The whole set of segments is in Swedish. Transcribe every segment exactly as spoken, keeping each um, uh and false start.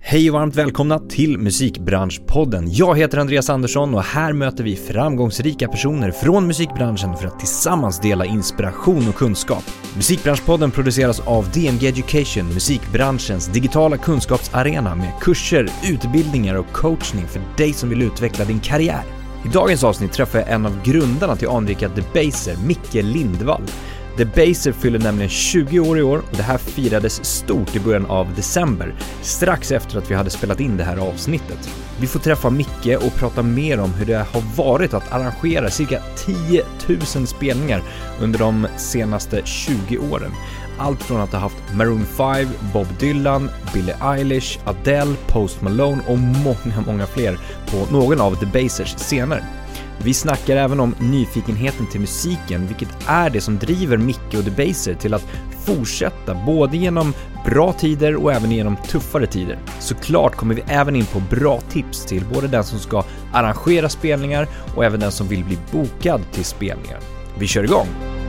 Hej och varmt välkomna till Musikbranschpodden. Jag heter Andreas Andersson och här möter vi framgångsrika personer från musikbranschen för att tillsammans dela inspiration och kunskap. Musikbranschpodden produceras av D M G Education, musikbranschens digitala kunskapsarena med kurser, utbildningar och coachning för dig som vill utveckla din karriär. I dagens avsnitt träffar jag en av grundarna till anrika Debaser, Micke Lindvall. Debaser fyller nämligen tjugo år i år och det här firades stort i början av december, strax efter att vi hade spelat in det här avsnittet. Vi får träffa Micke och prata mer om hur det har varit att arrangera cirka tio tusen spelningar under de senaste tjugo åren. Allt från att ha haft Maroon fem, Bob Dylan, Billie Eilish, Adele, Post Malone och många, många fler på någon av Debasers scener. Vi snackar även om nyfikenheten till musiken, vilket är det som driver Micke och Debaser till att fortsätta både genom bra tider och även genom tuffare tider. Såklart kommer vi även in på bra tips till både den som ska arrangera spelningar och även den som vill bli bokad till spelningar. Vi kör igång!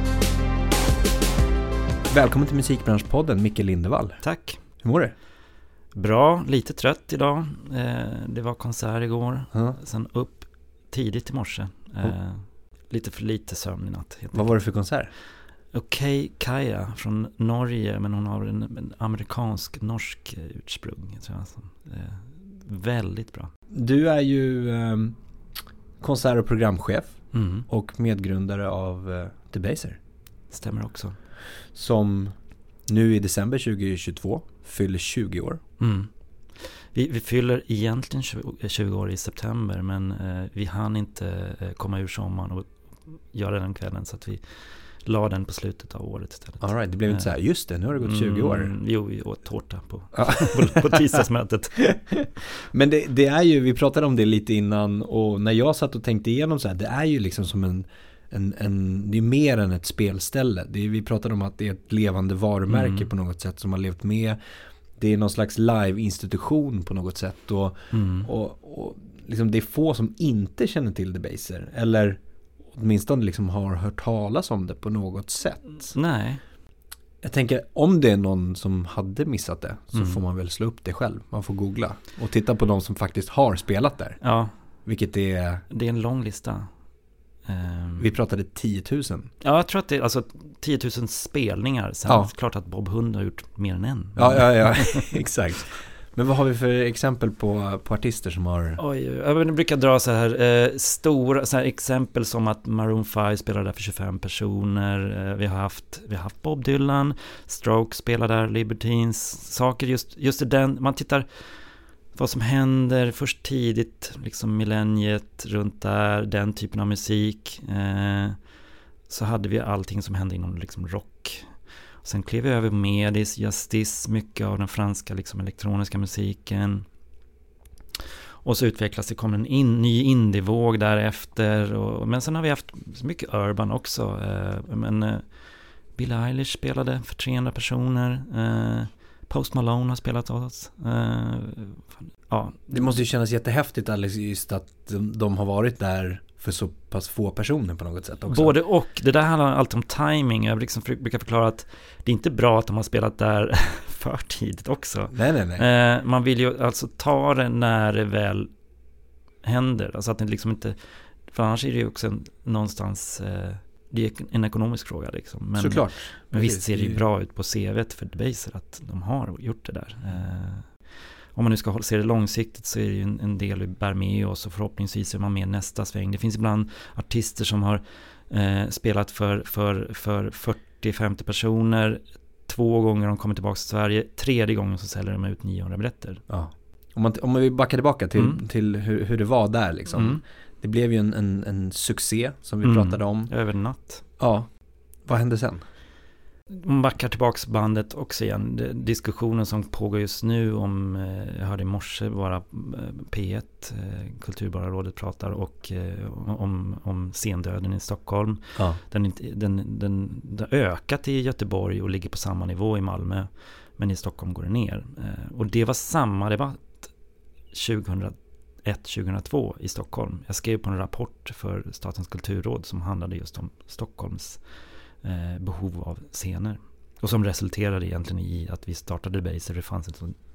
Välkommen till Musikbranschpodden, Micke Lindvall. Tack. Hur mår du? Bra, lite trött idag. Eh, det var konsert igår. Mm. Sen upp tidigt i morse. Eh, oh. Lite för lite sömn i natt. Vad var det för konsert? Okej, okay, Kaja från Norge, men hon har en, en amerikansk-norsk ursprung. Tror jag, som, eh, väldigt bra. Du är ju eh, konsert- och programchef mm. och medgrundare av eh, Debaser. Stämmer också. Som nu i december tjugohundratjugotvå fyller tjugo år. Mm. Vi, vi fyller egentligen tjugo, tjugo år i september, men eh, vi hann inte eh, komma ur sommaren och göra den kvällen, så att vi la den på slutet av året istället. All right, det blev inte så här, just det, nu har det gått tjugo år. Mm, jo, vi åt tårta på, på, på tisdagsmötet. Men det, det är ju, vi pratade om det lite innan, och när jag satt och tänkte igenom så här, det är ju liksom som en En, en, det är mer än ett spelställe. Det är, vi pratade om att det är ett levande varumärke mm. på något sätt som har levt med. Det är någon slags live-institution på något sätt. Och, mm. och, och liksom det är få som inte känner till Debaser. Eller åtminstone liksom har hört talas om det på något sätt. Nej. Jag tänker, om det är någon som hade missat det så mm. får man väl slå upp det själv. Man får googla och titta på de som faktiskt har spelat där. Ja. Vilket är... Det är en lång lista. Vi pratade tio tusen. Ja, jag tror att det är alltså tio tusen spelningar. Sen ja. Klart att Bob Hund har gjort mer än en. Ja, ja, ja. Exakt. Men vad har vi för exempel på, på artister som har... Oj, jag brukar dra så här eh, stora så här exempel som att Maroon fem spelar där för tjugofem personer. Eh, vi har haft vi har haft Bob Dylan, Strokes spelar där, Libertines, saker just just i den, man tittar vad som händer först tidigt, liksom millenniet runt där, den typen av musik. Eh, så hade vi allting som hände inom liksom rock. Sen klev vi över Medis, Justice, mycket av den franska liksom elektroniska musiken. Och så utvecklas det, kommer en in, ny indievåg därefter. Och, men sen har vi haft mycket urban också. Eh, men eh, Billie Eilish spelade för trehundra personer. Eh, Post Malone har spelat oss. Uh, ja. Det måste ju kännas jättehäftigt, Alex, just att de, de har varit där för så pass få personer på något sätt också. Både och. Det där handlar alltid om timing. Jag liksom brukar förklara att det är inte bra att de har spelat där för tidigt också. Nej, nej, nej. Uh, man vill ju alltså ta det när det väl händer. Alltså att det liksom inte... För annars är det ju också en, någonstans... Uh, det är en ekonomisk fråga liksom. Men, såklart. Men visst ser det ju bra ut på C V:t för Debaser att de har gjort det där. Eh, om man nu ska se det långsiktigt så är det ju en, en del vi bär med oss, och förhoppningsvis är man med nästa sväng. Det finns ibland artister som har eh, spelat för, för, för fyrtio till femtio personer. Två gånger de kommer tillbaka till Sverige. Tredje gången så säljer de ut niohundra biljetter. Ja. Om man, om vi backar tillbaka till, mm. till hur, hur det var där liksom. Mm. Det blev ju en, en, en succé som vi mm. pratade om. Över natt. Ja. Vad hände sen? Man backar tillbaks bandet också igen. Diskussionen som pågår just nu om, jag hörde i morse bara P ett, Kulturborgarrådet pratar och om, om scendöden i Stockholm. Ja. Den, den, den, den har ökat i Göteborg och ligger på samma nivå i Malmö. Men i Stockholm går det ner. Och det var samma debatt tjugohundraett tjugohundratvå i Stockholm. Jag skrev på en rapport för Statens kulturråd som handlade just om Stockholms eh, behov av scener. Och som resulterade egentligen i att vi startade Debaser. Det fanns ett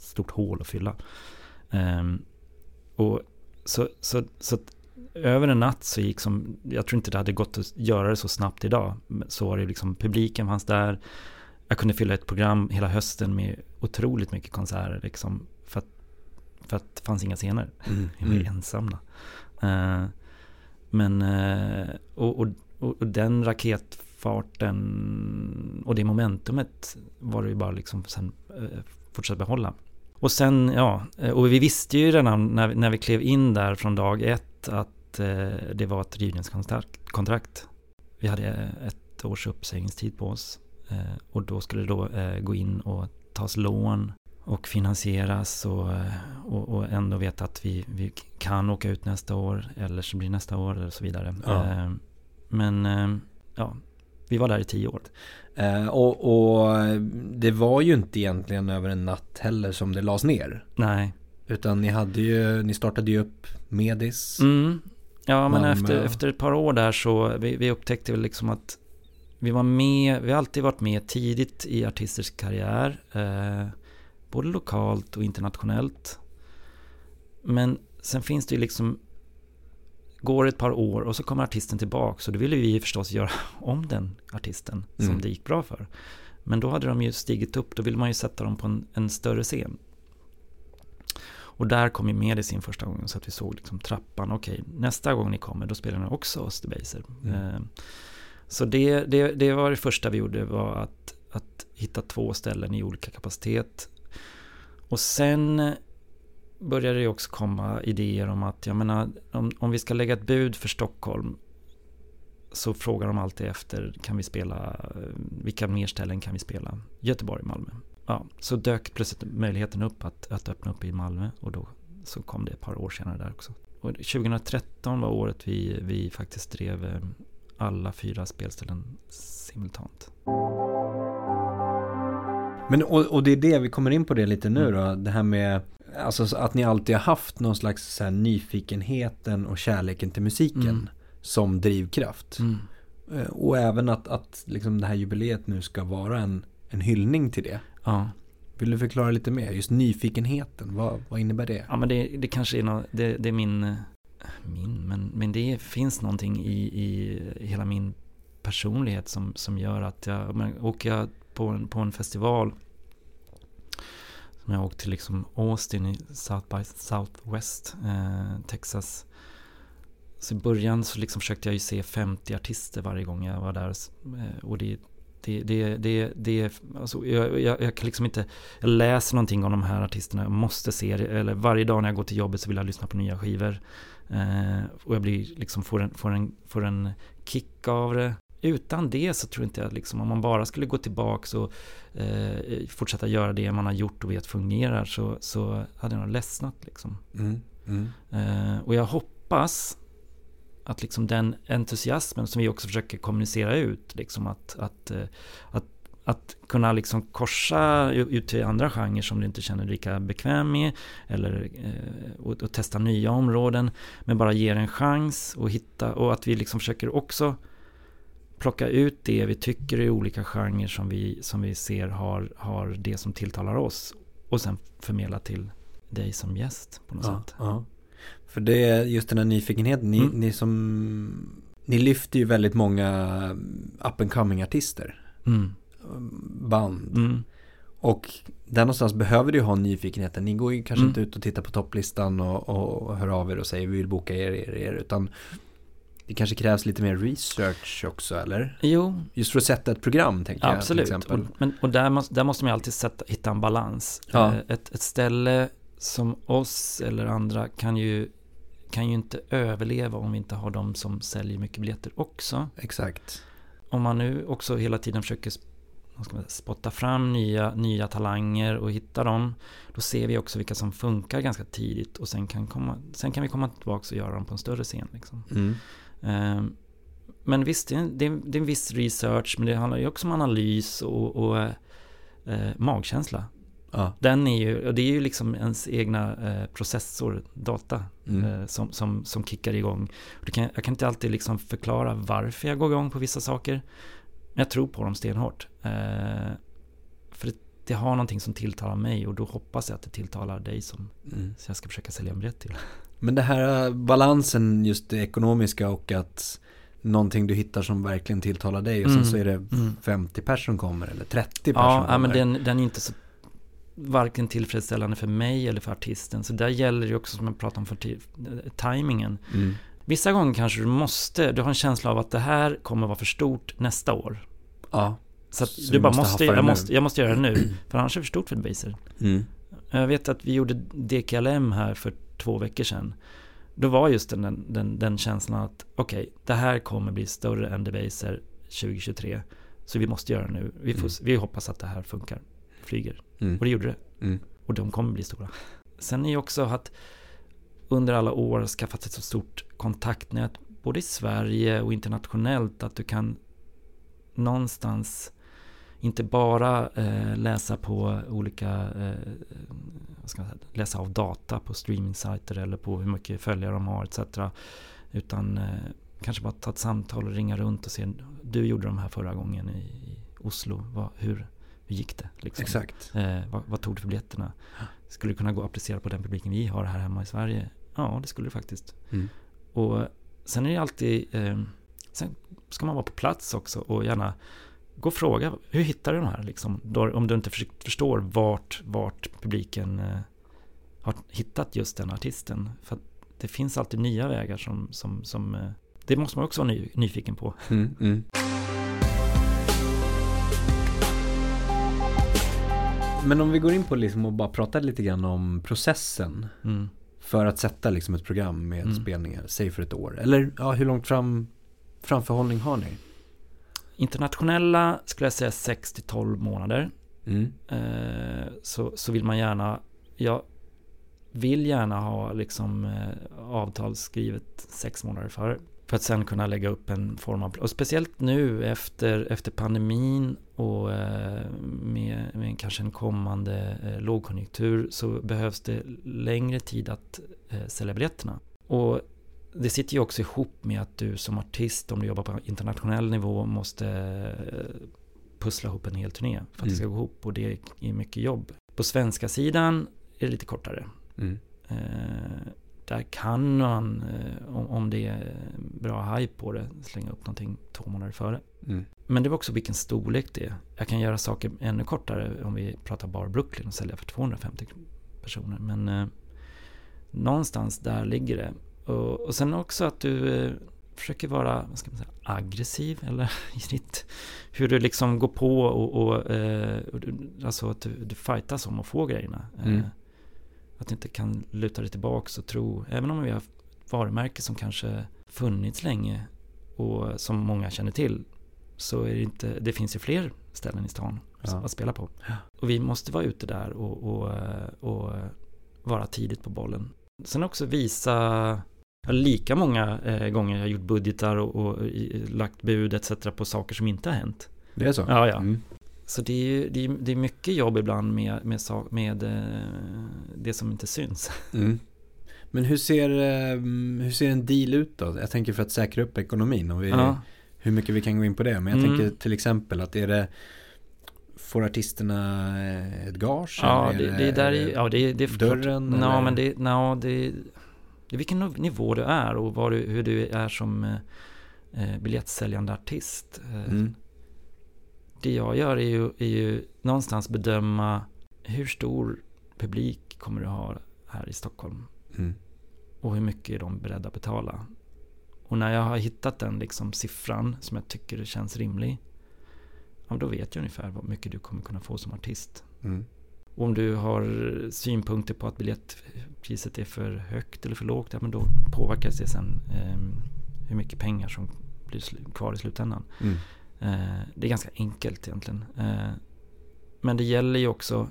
stort hål att fylla. Um, och så, så, så över en natt så gick som, jag tror inte det hade gått att göra det så snabbt idag. Så var det liksom, publiken fanns där. Jag kunde fylla ett program hela hösten med otroligt mycket konserter liksom, för att, för att det fanns inga scener. Mm. Jag var ensamma. Uh, men uh, och, och, och den raketfarten och det momentumet var det ju bara liksom sen uh, fortsatt behålla. Och sen, ja, och vi visste ju redan när, när vi klev in där från dag ett att uh, det var ett rivningskontrakt. Vi hade ett års uppsägningstid på oss. Uh, och då skulle det då uh, gå in och tas lån och finansieras och, och, och ändå veta att vi, vi kan åka ut nästa år eller så blir nästa år eller så vidare. Ja. Uh, men uh, ja, vi var där i tio år. Uh, och, och det var ju inte egentligen över en natt heller som det lades ner. Nej. Utan ni hade ju, ni startade ju upp Medis. Mm. Ja, men Malmö. efter, efter ett par år där så vi, vi upptäckte väl liksom att vi var med, vi har alltid varit med tidigt i artisters karriär. Eh, både lokalt och internationellt. Men sen finns det ju liksom, går ett par år och så kommer artisten tillbaka, så då ville vi förstås göra om den artisten som Mm. det gick bra för. Men då hade de ju stigit upp, då ville man ju sätta dem på en, en större scen. Och där kom ju med i sin första gången, så att vi såg liksom trappan, okej, nästa gång ni kommer då spelar ni också Österbaser. Mm. Eh, så det, det, det var det första vi gjorde, var att, att hitta två ställen i olika kapacitet. Och sen började det också komma idéer om att, jag menar, om, om vi ska lägga ett bud för Stockholm, så frågar de alltid efter, kan vi spela, vilka mer ställen kan vi spela? Göteborg, Malmö. Ja, så dök plötsligt möjligheten upp att, att öppna upp i Malmö, och då så kom det ett par år senare där också. Och tjugohundratretton var året vi, vi faktiskt drev alla fyra spelställen simultant. Men och, och det är det, vi kommer in på det lite nu Mm. då, det här med alltså att ni alltid har haft någon slags så här nyfikenheten och kärleken till musiken Mm. som drivkraft. Mm. Och även att, att liksom det här jubileet nu ska vara en, en hyllning till det. Ja. Vill du förklara lite mer? Just nyfikenheten, vad, vad innebär det? Ja, men det, det kanske är, no, det, det är min, min men, men det finns någonting i, i hela min personlighet som, som gör att jag, men åker jag på en, på en festival som jag åkte till liksom Austin i South by Southwest, eh, Texas. Så i början så liksom försökte jag ju se femtio artister varje gång jag var där, eh, och det Det, det, det, det, alltså jag, jag, jag kan liksom inte, jag läser någonting om de här artisterna, jag måste se det, eller varje dag när jag går till jobbet så vill jag lyssna på nya skivor, eh, och jag blir liksom, får en, får en, får en kick av det. Utan det så tror inte jag liksom, om man bara skulle gå tillbaka och eh, fortsätta göra det man har gjort och vet fungerar, så, så hade jag nog ledsnat liksom. Mm. Mm. Eh, och jag hoppas att liksom den entusiasmen som vi också försöker kommunicera ut, liksom att, att, att, att kunna liksom korsa ut till andra genrer som du inte känner dig lika bekväm med, eller och, och testa nya områden, men bara ge en chans och hitta, och att vi liksom försöker också plocka ut det vi tycker i olika genrer som vi, som vi ser har, har det som tilltalar oss, och sen förmedla till dig som gäst på något Ja, sätt. ja. För det är just den här nyfikenheten, ni, Mm. ni som ni lyfter ju väldigt många up and coming artister, Mm. band, Mm. och där någonstans behöver du ju ha nyfikenheten. Ni går ju kanske Mm. inte ut och tittar på topplistan och, och hör av er och säger vi vill boka er, er, er, utan det kanske krävs lite mer research också, eller? Jo, Just för att sätta ett program, tänker jag, till absolut. exempel. Och, men, och där, måste, där måste man alltid sätta, hitta en balans. Ja. Eh, Ett, ett ställe som oss eller andra kan ju, kan ju inte överleva om vi inte har de som säljer mycket biljetter också. Exakt. Om man nu också hela tiden försöker vad ska man säga, spotta fram nya, nya talanger och hitta dem, då ser vi också vilka som funkar ganska tidigt, och sen kan, komma, sen kan vi komma tillbaka och göra dem på en större scen. Liksom. Mm. Um, men visst, det är, en, det, är, det är en viss research, men det handlar ju också om analys och, och eh, magkänsla. Ja. Den är ju, och det är ju liksom ens egna eh, processor, data, Mm. eh, som, som, som kickar igång. Det kan, jag kan inte alltid liksom förklara varför jag går igång på vissa saker, men jag tror på dem stenhårt. Eh, för det, det har någonting som tilltalar mig, och då hoppas jag att det tilltalar dig som mm. så jag ska försöka sälja en biljett till. Men det här balansen, just det ekonomiska och att någonting du hittar som verkligen tilltalar dig och mm. sen så är det mm. femtio personer som kommer eller trettio personer ja, kommer. Ja, men den, den är inte så varken tillfredsställande för mig eller för artisten. Så där gäller det också, som jag pratade om, för t- tajmingen. Mm. Vissa gånger kanske du måste, du har en känsla av att det här kommer vara för stort nästa år. Ja. Så, att så du bara måste måste, jag måste, jag måste göra det nu. För annars är det för stort för Debaser. Mm. Jag vet att vi gjorde D K L M här för två veckor sedan. Då var just den, den, den känslan att okej, okay, det här kommer bli större än Debaser tjugo tjugotre. Så vi måste göra det nu. Vi, får, mm. vi hoppas att det här funkar. Flyger. Mm. Och det gjorde det. Mm. Och de kommer bli stora. Sen är ju också att under alla år skaffat ett så stort kontaktnät både i Sverige och internationellt att du kan någonstans inte bara eh, läsa på olika eh, vad ska man säga, läsa av data på streamingsajter eller på hur mycket följare de har et cetera. Utan eh, kanske bara ta ett samtal och ringa runt och se, du gjorde de här förra gången i, i Oslo, vad, hur hur gick det? Liksom? Exakt. Eh, vad, vad tog du för biljetterna? Skulle det kunna gå att applicera på den publiken vi har här hemma i Sverige? Ja, det skulle det faktiskt. Mm. Och sen är det alltid eh, sen ska man vara på plats också och gärna gå och fråga, hur hittar du de här? Liksom? Då, om du inte för, förstår vart, vart publiken eh, har hittat just den artisten. För att det finns alltid nya vägar som, som, som eh, det måste man också vara ny, nyfiken på. Mm, mm. Men om vi går in på liksom och bara pratar lite grann om processen mm. för att sätta liksom ett program med mm. spelningar, säg för ett år. Eller ja, hur långt fram, framförhållning har ni? Internationella skulle jag säga sex till tolv månader. Mm. Eh, så, så vill man gärna, jag vill gärna ha liksom eh, avtal skrivet sex månader före. För att sen kunna lägga upp en form av, och speciellt nu efter, efter pandemin och eh, med, med kanske en kommande eh, lågkonjunktur så behövs det längre tid att eh, sälja biljetterna. Och det sitter ju också ihop med att du som artist, om du jobbar på internationell nivå, måste eh, pussla ihop en hel turné för att mm. det ska gå ihop, och det är mycket jobb. På svenska sidan är det lite kortare. Mm. Eh, Där kan man, om det är bra hype på det, slänga upp någonting två månader före. Mm. Men det var också vilken storlek det är. Jag kan göra saker ännu kortare om vi pratar bara Brooklyn och sälja för tvåhundrafemtio personer. Men eh, någonstans där ligger det. Och, och sen också att du eh, försöker vara, vad ska man säga, aggressiv eller i sitt, hur du liksom går på och, och, eh, och alltså att du, du fightas om att få grejerna. Mm. Eh, Att du inte kan luta dig tillbaka och tro, även om vi har varumärken som kanske funnits länge och som många känner till, så är det inte, det finns ju fler ställen i stan ja. att spela på. Ja. Och vi måste vara ute där och, och, och vara tidigt på bollen. Sen också visa, lika många eh, gånger jag har gjort budgetar och, och i, lagt bud et cetera på saker som inte har hänt. Det är så? Ja, ja. Mm. Så det är, ju, det, är, det är mycket jobb ibland med, med, med, med det som inte syns. Mm. Men hur ser, hur ser en deal ut då? Jag tänker för att säkra upp ekonomin. Och vi, ja. Hur mycket vi kan gå in på det. Men jag mm. tänker till exempel att är det, får artisterna ett gage? Ja, det, det är där i, ja, det, det är dörren? Klart, no, men det, no, det, det är vilken nivå du är och vad du, hur du är som eh, biljettsäljande artist. Mm. Det jag gör är ju, är ju någonstans bedöma hur stor publik kommer du ha här i Stockholm. Mm. Och hur mycket är de beredda att betala. Och när jag har hittat den liksom siffran som jag tycker känns rimlig, ja, då vet jag ungefär vad mycket du kommer kunna få som artist. Mm. Och om du har synpunkter på att biljettpriset är för högt eller för lågt, ja, men då påverkas det sen eh, hur mycket pengar som blir kvar i slutändan. Mm. Eh, det är ganska enkelt egentligen. Eh, men det gäller ju också,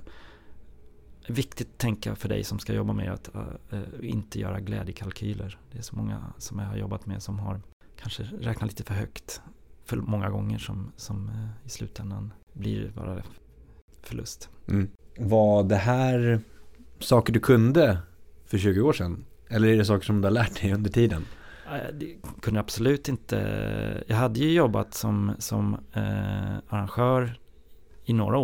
viktigt att tänka för dig som ska jobba med att uh, inte göra glädjekalkyler. Det är så många som jag har jobbat med som har kanske räknat lite för högt för många gånger som, som uh, i slutändan blir bara förlust. Mm. Var det här saker du kunde för tjugo år sedan? Eller är det saker som du har lärt dig under tiden? Det kunde absolut inte. Jag hade ju jobbat som, som uh, arrangör i några år.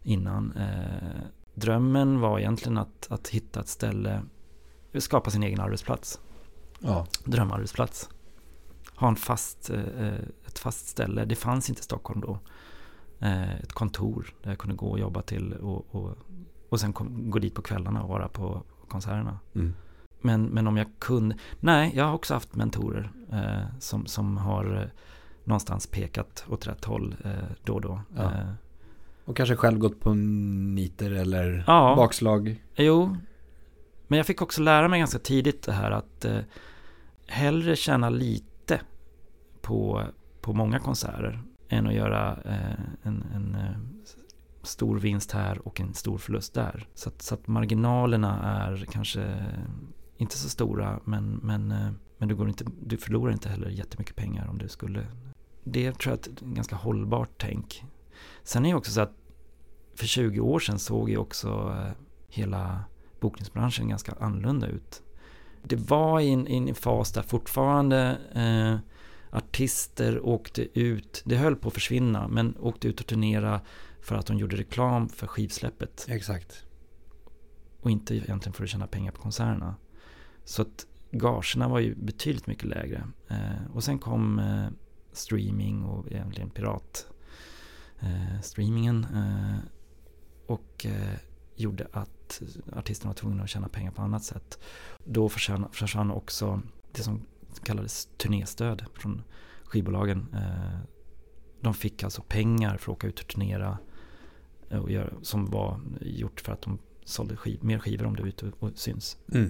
innan. Eh, drömmen var egentligen att, att hitta ett ställe, skapa sin egen arbetsplats. Ja. Drömarbetsplats. Ha en fast, eh, ett fast ställe. Det fanns inte i Stockholm då. Eh, ett kontor där jag kunde gå och jobba till och, och, och sen kom, gå dit på kvällarna och vara på konserterna. Mm. Men, men om jag kunde... Nej, jag har också haft mentorer eh, som, som har eh, någonstans pekat åt rätt håll eh, då och då. Ja. Eh, och kanske själv gått på niter eller ja, bakslag. Jo, men jag fick också lära mig ganska tidigt det här att eh, hellre tjäna lite på, på många konserter än att göra eh, en, en eh, stor vinst här och en stor förlust där. Så att, så att marginalerna är kanske inte så stora, men, men, eh, men du, går inte, du förlorar inte heller jättemycket pengar om du skulle. Det tror jag är ett ganska hållbart tänk. Sen är det också så att för tjugo år sedan såg ju också eh, hela bokningsbranschen ganska annorlunda ut. Det var i en, in en fas där fortfarande eh, artister åkte ut, det höll på att försvinna, men åkte ut och turnera för att de gjorde reklam för skivsläppet. Exakt. Och inte egentligen för att tjäna pengar på konserterna. Så att gagerna var ju betydligt mycket lägre. Eh, och sen kom eh, streaming och egentligen pirat eh, streamingen eh, och eh, gjorde att artisterna var tvungna att tjäna pengar på annat sätt. Då försvann, försvann också det som kallades turnéstöd från skivbolagen. Eh, de fick alltså pengar för att åka ut och turnera och göra, som var gjort för att de sålde skiv, mer skivor om det ut och, och syns. Mm.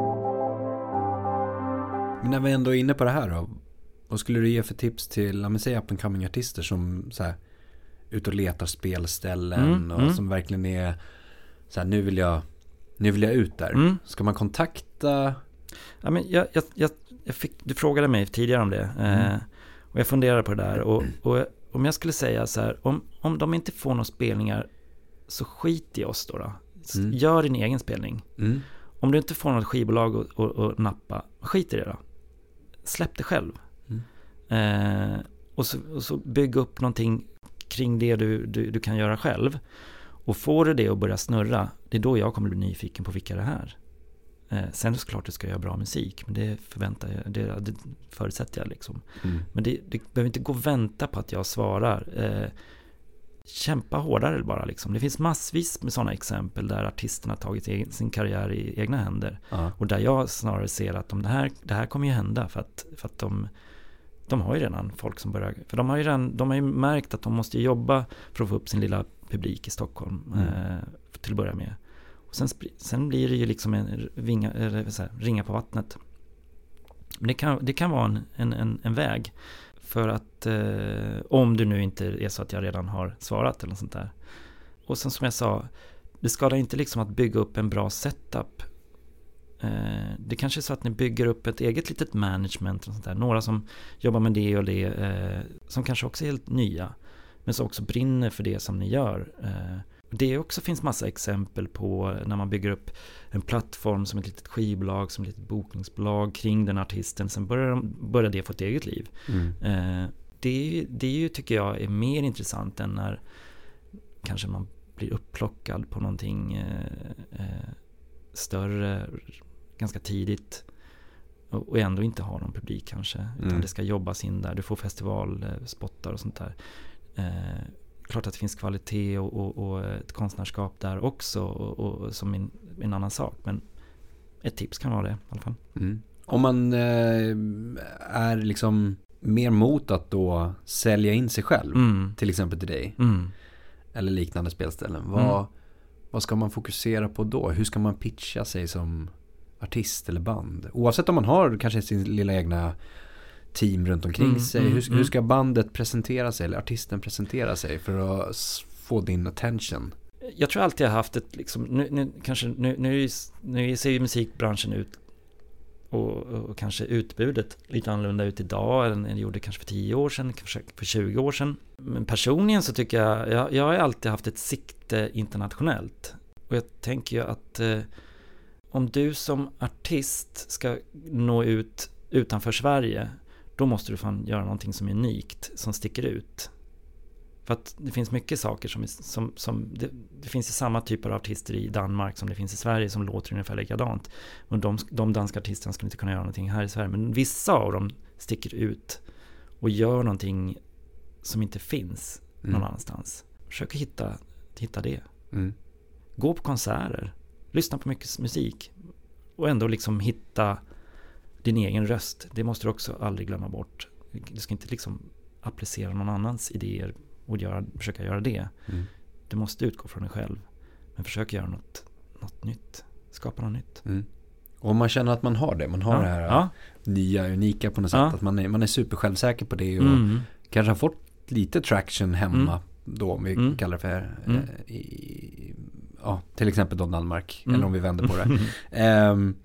Men när vi ändå är inne på det här då, vad skulle du ge för tips till, låt mig säga, up and coming artister som så här, ut och letar spelställen mm, och mm. som verkligen är så här, nu vill jag nu vill jag ut där. Mm. Ska man kontakta? Ja, men jag, jag, jag, jag fick, du frågade mig tidigare om det mm. eh, och jag funderade på det där och, och om jag skulle säga så här, om, om de inte får några spelningar så skit i oss då. då. Mm. Gör din egen spelning. Mm. Om du inte får något skivbolag och, och, och nappa, skit i det då. Släpp det själv. Mm. Eh, och, så, och så bygg upp någonting kring det du, du, du kan göra själv. Och får du det att börja snurra, det är då jag kommer bli nyfiken på vilka det här. Eh, sen är det såklart att du ska göra bra musik, men det förväntar jag, det, det förutsätter jag liksom. Mm. Men det, det behöver inte gå och vänta på att jag svarar. Eh, kämpa hårdare bara liksom. Det finns massvis med sådana exempel där artisterna tagit egen, sin karriär i egna händer. Uh-huh. Och där jag snarare ser att de, det, här, det här kommer ju hända för att, för att de, de har ju redan folk som börjar, för de har ju redan, de har ju märkt att de måste jobba för att få upp sin lilla publik i Stockholm mm. eh, till att börja med. Och sen, sen blir det ju liksom en vinga, eller så här, ringa på vattnet. Men det kan, det kan vara en, en, en, en väg. För att eh, om du nu inte är så att jag redan har svarat eller något sånt där. Och sen som jag sa, det skadar inte liksom att bygga upp en bra setup. Eh, det kanske är så att ni bygger upp ett eget litet management och sånt där. Några som jobbar med det och det eh, som kanske också är helt nya. Men som också brinner för det som ni gör. Eh, det också finns massa exempel på när man bygger upp en plattform som ett litet skivbolag, som ett litet bokningsbolag kring den artisten. Sen börjar, de, börjar det få ett eget liv. Mm. Eh, det, det är ju, tycker jag, är mer intressant än när kanske man blir upplockad på någonting eh, eh, större ganska tidigt och, och ändå inte har någon publik kanske. Utan mm. det ska jobbas in där. Du får festivalspottar och sånt där. Eh, klart att det finns kvalitet och, och, och ett konstnärskap där också och, och, som en, en annan sak, men ett tips kan vara det i alla fall. Mm. Om man eh, är liksom mer mot att då sälja in sig själv mm. till exempel till dig mm. eller liknande spelställen, vad, mm. vad ska man fokusera på då? Hur ska man pitcha sig som artist eller band? Oavsett om man har kanske sin lilla egna team runt omkring mm, sig. Mm, hur, mm. hur ska bandet presentera sig eller artisten presentera sig för att få din attention? Jag tror alltid jag har haft ett liksom, nu, nu, kanske, nu, nu, nu ser ju musikbranschen ut och, och kanske utbudet lite annorlunda ut idag än det gjorde kanske för tio år sedan, kanske för tjugo år sedan. Men personligen så tycker jag, jag, jag har alltid haft ett sikte internationellt. Och jag tänker ju att eh, om du som artist ska nå ut utanför Sverige, då måste du fan göra någonting som är unikt, som sticker ut. För att det finns mycket saker som, som, som det, det finns ju samma typer av artister i Danmark som det finns i Sverige som låter ungefär likadant. Och de, de danska artisterna skulle inte kunna göra någonting här i Sverige. Men vissa av dem sticker ut och gör någonting som inte finns mm. någon annanstans. Försök hitta, hitta det. Mm. Gå på konserter. Lyssna på mycket musik. Och ändå liksom hitta din egen röst. Det måste du också aldrig glömma bort. Du ska inte liksom applicera någon annans idéer och göra, försöka göra det. Mm. Du måste utgå från dig själv. Men försök göra något, något nytt. Skapa något nytt. Mm. Och om man känner att man har det. Man har ja. det här ja. nya, unika på något sätt. Ja. Att man är, man är super-självsäker på det. Och mm. kanske har fått lite traction hemma. Mm. Då, om vi mm. kallar det för mm. eh, i, ja, till exempel då Danmark. Mm. Eller om vi vänder på det. um,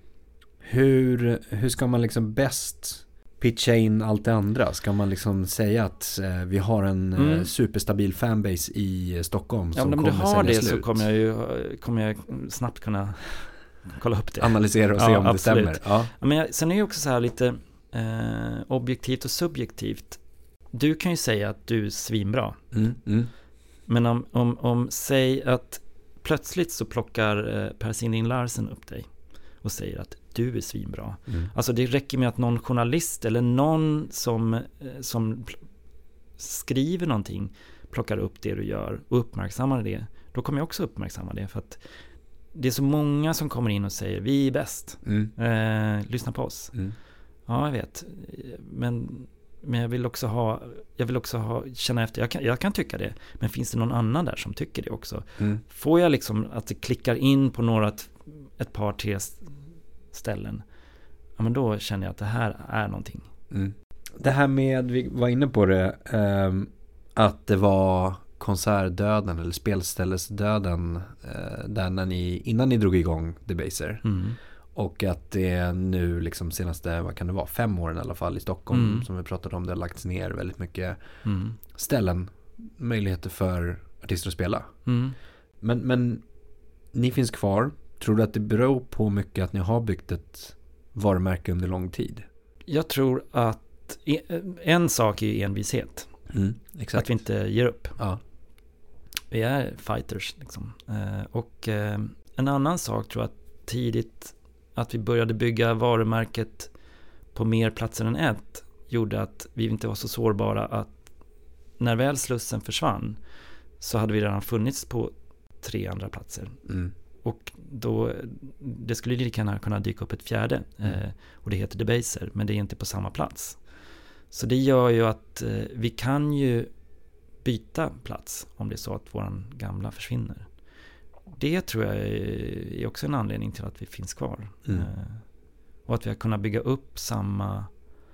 hur, hur ska man liksom bäst pitcha in allt det andra? Ska man liksom säga att eh, vi har en mm. eh, superstabil fanbase i Stockholm ja, som men kommer om du har det slut? Så kommer jag ju kommer jag snabbt kunna kolla upp det. Analysera och se ja, om absolut. det stämmer. Ja. Ja, men jag, sen är det ju också så här lite eh, objektivt och subjektivt. Du kan ju säga att du är svinbra. Mm, mm. Men om, om, om säg att plötsligt så plockar eh, Per Sinding Larsen upp dig och säger att du är svinbra. Mm. Alltså det räcker med att någon journalist eller någon som, eh, som pl- skriver någonting plockar upp det du gör och uppmärksammar det. Då kommer jag också uppmärksamma det, för att det är så många som kommer in och säger vi är bäst. Mm. Eh, lyssna på oss. Mm. Ja, jag vet. Men Men jag vill också ha, jag vill också ha, känna efter, jag kan, jag kan tycka det, men finns det någon annan där som tycker det också? Mm. Får jag liksom att det klickar in på några, ett, ett par, tre ställen, ja men då känner jag att det här är någonting. Mm. Det här med, vi var inne på det, um, att det var konsertdöden eller spelställesdöden uh, där när ni, innan ni drog igång Debaser. Mm. Och att det nu liksom senaste, vad kan det vara, fem åren i alla fall i Stockholm mm. som vi pratade om, det har lagts ner väldigt mycket mm. ställen, möjligheter för artister att spela. Mm. Men, men ni finns kvar. Tror du att det beror på mycket att ni har byggt ett varumärke under lång tid? Jag tror att en sak är envishet. Mm, exakt. Att vi inte ger upp. Ja. Vi är fighters liksom. Och en annan sak tror jag att tidigt att vi började bygga varumärket på mer platser än ett gjorde att vi inte var så sårbara att när väl Slussen försvann så hade vi redan funnits på tre andra platser. Mm. Och då, det skulle lika gärna kunna dyka upp ett fjärde mm. eh, och det heter Debaser, men det är inte på samma plats. Så det gör ju att eh, vi kan ju byta plats om det är så att våran gamla försvinner. Det tror jag är också en anledning till att vi finns kvar. Mm. Eh, och att vi har kunnat bygga upp samma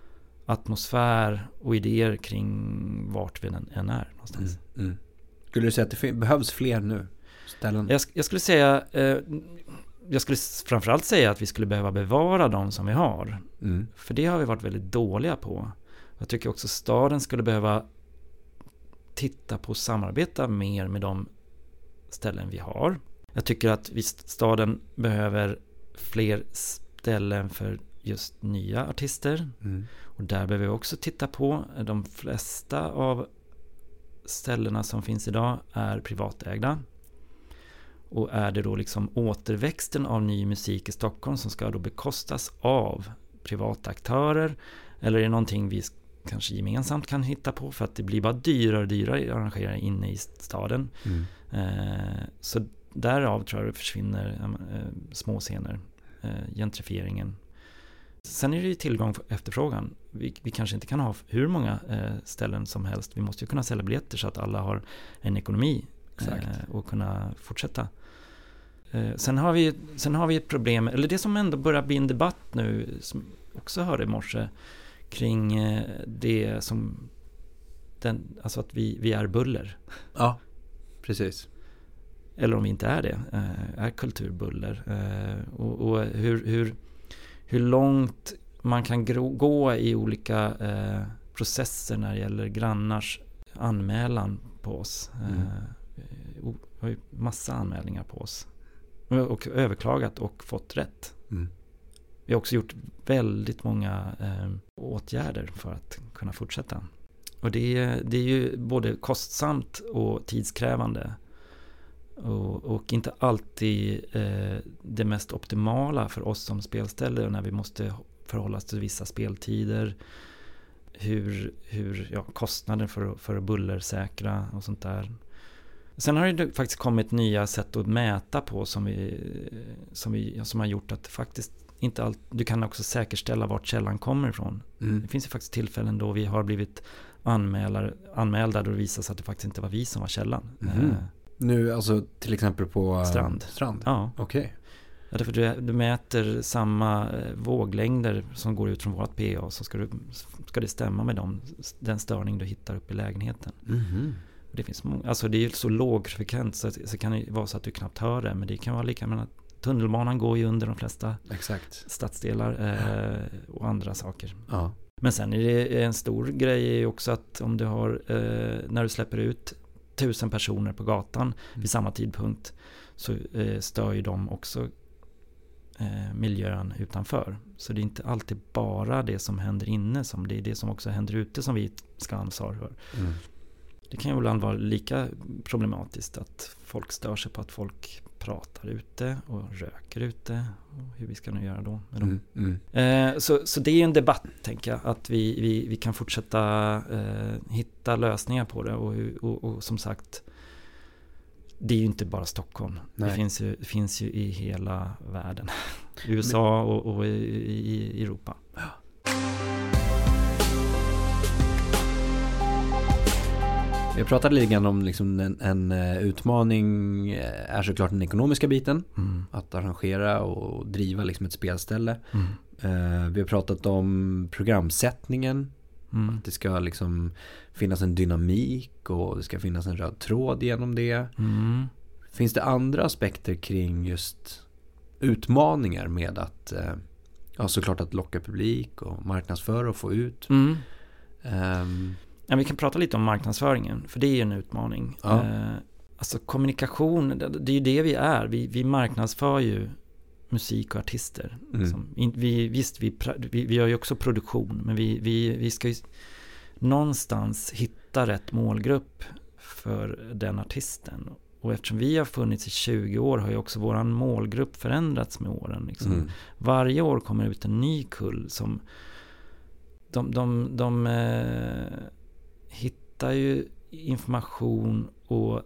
atmosfär och idéer kring vart vi än är någonstans. Mm. Mm. Skulle du säga att det behövs fler nu? Ställen? Jag, jag skulle säga eh, jag skulle framförallt säga att vi skulle behöva bevara de som vi har. Mm. För det har vi varit väldigt dåliga på. Jag tycker också staden skulle behöva titta på och samarbeta mer med de ställen vi har. Jag tycker att vi, staden behöver fler ställen för just nya artister. Mm. Och där behöver vi också titta på. De flesta av ställena som finns idag är privatägda. Och är det då liksom återväxten av ny musik i Stockholm som ska då bekostas av privata aktörer? Eller är det någonting vi kanske gemensamt kan hitta på, för att det blir bara dyrare och dyrare att arrangera inne i staden. Mm. Eh, så därav tror jag det försvinner eh, små scener, eh, gentrifieringen. Sen är det ju tillgång för efterfrågan. Vi, vi kanske inte kan ha hur många eh, ställen som helst. Vi måste ju kunna sälja biljetter så att alla har en ekonomi eh, och kunna fortsätta. Eh, sen, har vi, sen har vi ett problem, eller det som ändå börjar bli en debatt nu, som också hörde i morse, kring det som den, alltså att vi, vi är buller. Ja, precis. Eller om vi inte är det, är kulturbuller. Och, och hur, hur, hur långt man kan gro, gå i olika eh, processer när det gäller grannars anmälan på oss. Mm. Eh, har ju massa anmälningar på oss. Och överklagat och fått rätt. Mm. Vi har också gjort väldigt många eh, åtgärder för att kunna fortsätta. Och det är, det är ju både kostsamt och tidskrävande. Och, och inte alltid eh, det mest optimala för oss som spelställe när vi måste förhålla oss till vissa speltider. Hur, hur ja, kostnader för, för att bullersäkra och sånt där. Sen har det faktiskt kommit nya sätt att mäta på som, vi, som, vi, som har gjort att faktiskt inte allt, du kan också säkerställa vart källan kommer ifrån. Mm. Det finns ju faktiskt tillfällen då vi har blivit anmälare, anmälda då det visar sig att det faktiskt inte var vi som var källan. Mm. Eh, nu alltså till exempel på strand. strand. Ja. Okej. Okay. Ja, därför du, du mäter samma eh, våglängder som går ut från vårt P A, så ska, du, ska det stämma med dem, den störning du hittar upp i lägenheten. Mm. Det finns många, alltså det är ju så lågfrekvent så, så kan det vara så att du knappt hör det, men det kan vara lika med att tunnelbanan går ju under de flesta Exakt. stadsdelar eh, och andra saker. Ja. Men sen är det en stor grej är ju också att om du har, eh, när du släpper ut tusen personer på gatan mm. vid samma tidpunkt, så eh, stör ju de också eh, miljön utanför. Så det är inte alltid bara det som händer inne, som det är det som också händer ute som vi ska ansvara för. Mm. Det kan ju ibland vara lika problematiskt att folk stör sig på att folk pratar ute och röker ute. Och hur vi ska nu göra då med dem. Mm, mm. Eh, så, så det är en debatt, tänker jag, att vi, vi, vi kan fortsätta eh, hitta lösningar på det. Och, och, och som sagt, det är ju inte bara Stockholm. Nej. Det finns ju, det finns ju i hela världen. U S A och, och i, i Europa. Ja. Vi pratade lite grann om liksom en, en utmaning är såklart den ekonomiska biten. Mm. Att arrangera och driva liksom ett spelställe. Mm. Uh, vi har pratat om programsättningen. Mm. Att det ska liksom finnas en dynamik och det ska finnas en röd tråd genom det. Mm. Finns det andra aspekter kring just utmaningar med att uh, ja, såklart att locka publik och marknadsföra och få ut? Mm. Um, Ja, vi kan prata lite om marknadsföringen, för det är ju en utmaning. Ja. Eh, alltså kommunikation, det, det är ju det vi är. Vi, vi marknadsför ju musik och artister. Mm. Som, in, vi, visst, vi, vi, vi gör ju också produktion, men vi, vi, vi ska ju någonstans hitta rätt målgrupp för den artisten. Och eftersom vi har funnits i tjugo år har ju också våran målgrupp förändrats med åren. Liksom. Mm. Varje år kommer det ut en ny kull som de... de, de eh, hittar ju information och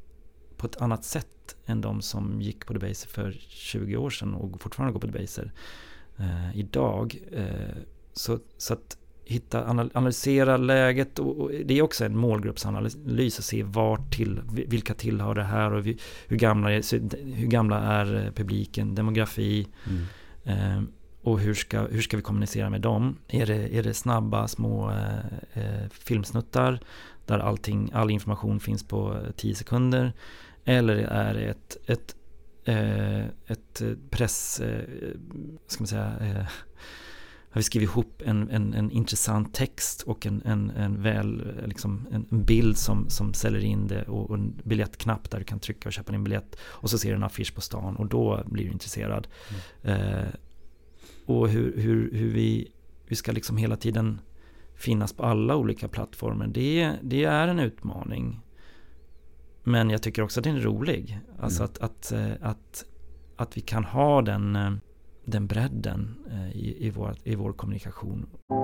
på ett annat sätt än de som gick på Debaser för tjugo år sedan och fortfarande går på Debaser eh, idag. Eh, så, så att hitta, analysera läget och, och det är också en målgruppsanalys att se var till, vilka tillhör det här och vi, hur, gamla är, hur gamla är publiken, demografi. Mm. Eh, Och hur ska, hur ska vi kommunicera med dem? Är det, är det snabba, små eh, filmsnuttar där allting, all information finns på tio sekunder? Eller är det ett, ett, eh, ett press... Eh, ska man säga... Eh, har vi skrivit ihop en, en, en intressant text och en, en, en, väl, liksom en bild som, som säljer in det och en biljettknapp där du kan trycka och köpa din biljett. Och så ser du en affisch på stan och då blir du intresserad. Mm. Eh, Och hur, hur, hur vi, vi ska liksom hela tiden finnas på alla olika plattformar. Det, det är en utmaning. Men jag tycker också att det är rolig. Alltså mm. att, att, att, att vi kan ha den, den bredden i, i, vår, i vår kommunikation.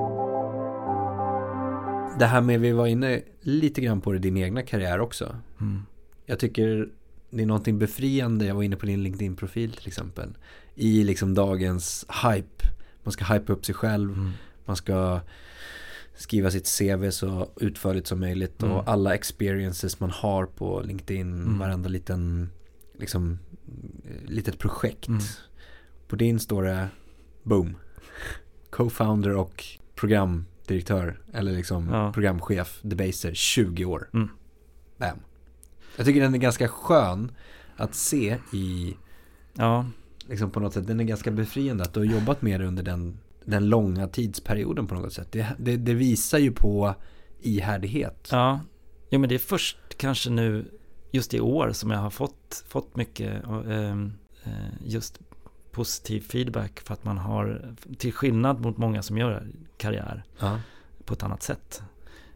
Det här med, vi var inne lite grann på det, din egna karriär också. Mm. Jag tycker det är någonting befriande. Jag var inne på din LinkedIn-profil till exempel. I liksom dagens hype. Man ska hypa upp sig själv. Mm. Man ska skriva sitt C V så utförligt som möjligt. Mm. Och alla experiences man har på LinkedIn. Mm. Varenda liten liksom, litet projekt. Mm. På din står det boom. Co-founder och programdirektör. Eller liksom ja. programchef. Debaser. tjugo år. Mm. Bam. Jag tycker den är ganska skön att se i... Ja. Liksom på något sätt, den är ganska befriande att du har jobbat med det under den, den långa tidsperioden på något sätt. Det, det, det visar ju på ihärdighet. Ja, jo, men det är först kanske nu, just i år, som jag har fått, fått mycket eh, just positiv feedback för att man har, till skillnad mot många som gör karriär ja. på ett annat sätt.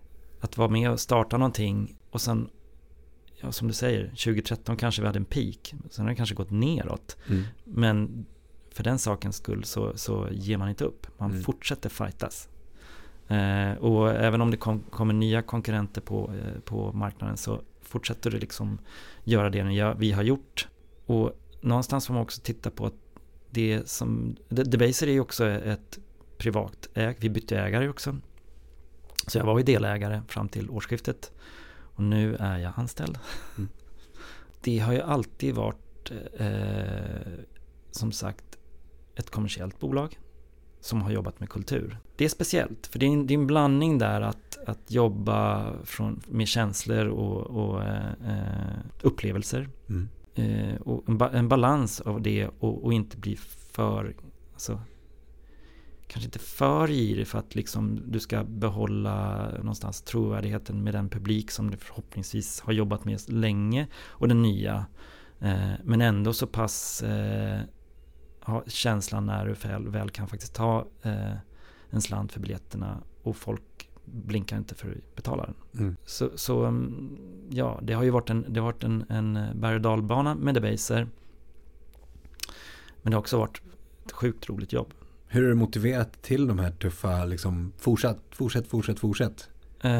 att vara med och starta någonting och sen, ja, som du säger, tjugo tretton kanske vi hade en peak, sen har det kanske gått neråt. Mm. Men för den sakens skull så, så ger man inte upp. Man mm. fortsätter fightas. Eh, och även om det kom, kommer nya konkurrenter på, eh, på marknaden så fortsätter du liksom göra det ni, vi har gjort. Och någonstans får man också titta på att det som, Debaser är ju också ett privat äg, vi bytte ägare också. Så jag var ju delägare fram till årsskiftet och nu är jag anställd. Mm. Det har ju alltid varit eh, som sagt ett kommersiellt bolag som har jobbat med kultur. Det är speciellt, för det är en, det är en blandning där att, att jobba från, med känslor och, och eh, upplevelser. Mm. Eh, och en, ba, en balans av det och, och inte bli för, alltså, kanske inte för girig för att liksom du ska behålla någonstans trovärdigheten med den publik som du förhoppningsvis har jobbat med länge och den nya. Eh, men ändå så pass eh, ha känslan när du väl, väl kan faktiskt ta eh, en slant för biljetterna och folk blinkar inte för att betala den. Mm. Så, så ja, det har ju varit en, det har varit en, en berg- och dalbana med Debaser. Men det har också varit ett sjukt roligt jobb. Hur är du motiverat till de här tuffa, liksom, fortsätt, fortsätt, fortsätt, fortsätt?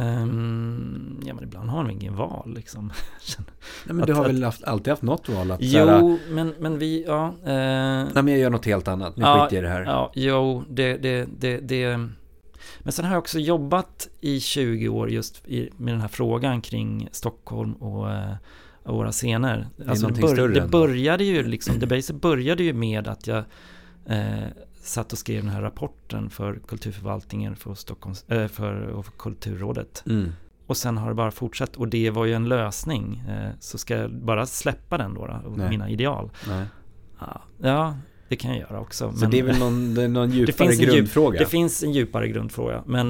Um, ja, men ibland har man ingen val, liksom. Nej, men du har att, väl haft, alltid haft något val? Att, jo, såhär, men, men vi, ja. Uh, nej, men jag gör något helt annat. Nu ja, skiter jag i det här. Ja, jo, det, det, det, det. Men sen har jag också jobbat i tjugo år just i, med den här frågan kring Stockholm och, uh, och våra scener. Det, alltså, bör, det började ju liksom, Debaser började ju med att jag uh, satt och skrev den här rapporten för kulturförvaltningen för, Stockholms, äh, för, för Kulturrådet. Mm. Och sen har det bara fortsatt. Och det var ju en lösning. Eh, så ska jag bara släppa den då, då mina ideal. Nej. Ja, ja, det kan jag göra också. Så men, det är väl någon, det är någon djupare det grundfråga? Djup, det finns en djupare grundfråga. Men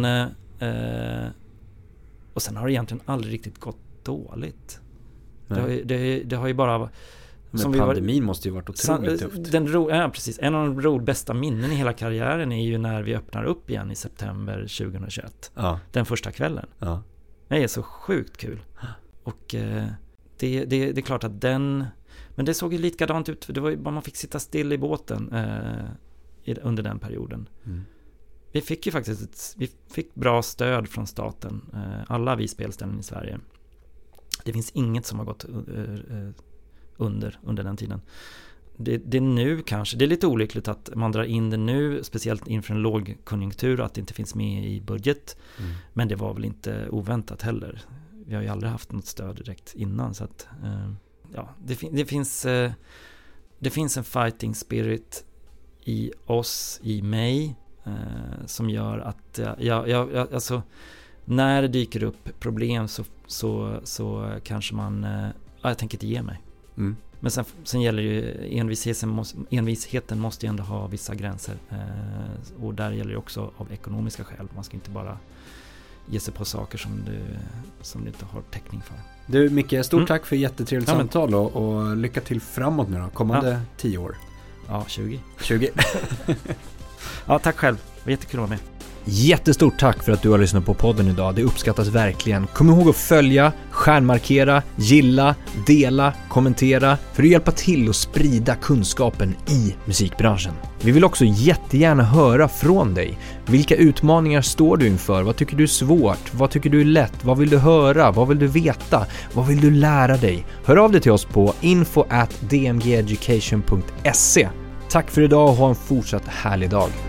eh, och sen har det egentligen aldrig riktigt gått dåligt. Det har, det, det har ju bara... Men som pandemin vi var, måste ju varit otroligt san, tufft. Den ro, ja, precis. En av de ro, bästa minnen i hela karriären är ju när vi öppnar upp igen i september tjugohundratjugoett. Ja. Den första kvällen. Ja. Det är så sjukt kul. Och eh, det, det, det är klart att den... Men det såg ju likadant ut. Det var ju bara man fick sitta still i båten eh, i, under den perioden. Mm. Vi fick ju faktiskt ett, vi fick bra stöd från staten. Eh, alla vi spelställen i Sverige. Det finns inget som har gått... Eh, eh, Under, under den tiden. Det, det är nu kanske, det är lite olyckligt att man drar in det nu, speciellt inför en lågkonjunktur, att det inte finns med i budget. Mm. Men det var väl inte oväntat heller. Vi har ju aldrig haft något stöd direkt innan, så att eh, ja, det, fin- det finns eh, det finns en fighting spirit i oss, i mig, eh, som gör att jag, jag, jag, alltså när det dyker upp problem så, så, så kanske man eh, ja, jag tänker inte ge mig. Mm. Men sen, sen gäller ju envisheten måste, envisheten måste ju ändå ha vissa gränser eh, och där gäller det också av ekonomiska skäl. Man ska inte bara ge sig på saker som du, som du inte har täckning för. Du Micke, stort mm. tack för jättetrevligt ja, samtal och, och lycka till framåt nu då, kommande ja. tio år. Ja, tjugo. tjugo. Ja, tack själv. Det var jättekul att vara med. Jättestort tack för att du har lyssnat på podden idag. Det uppskattas verkligen. Kom ihåg att följa, stjärnmarkera, gilla, dela, kommentera för att hjälpa till att sprida kunskapen i musikbranschen. Vi vill också jättegärna höra från dig. Vilka utmaningar står du inför? Vad tycker du är svårt? Vad tycker du är lätt? Vad vill du höra? Vad vill du veta? Vad vill du lära dig? Hör av dig till oss på info at d m g education punkt s e. Tack för idag och ha en fortsatt härlig dag.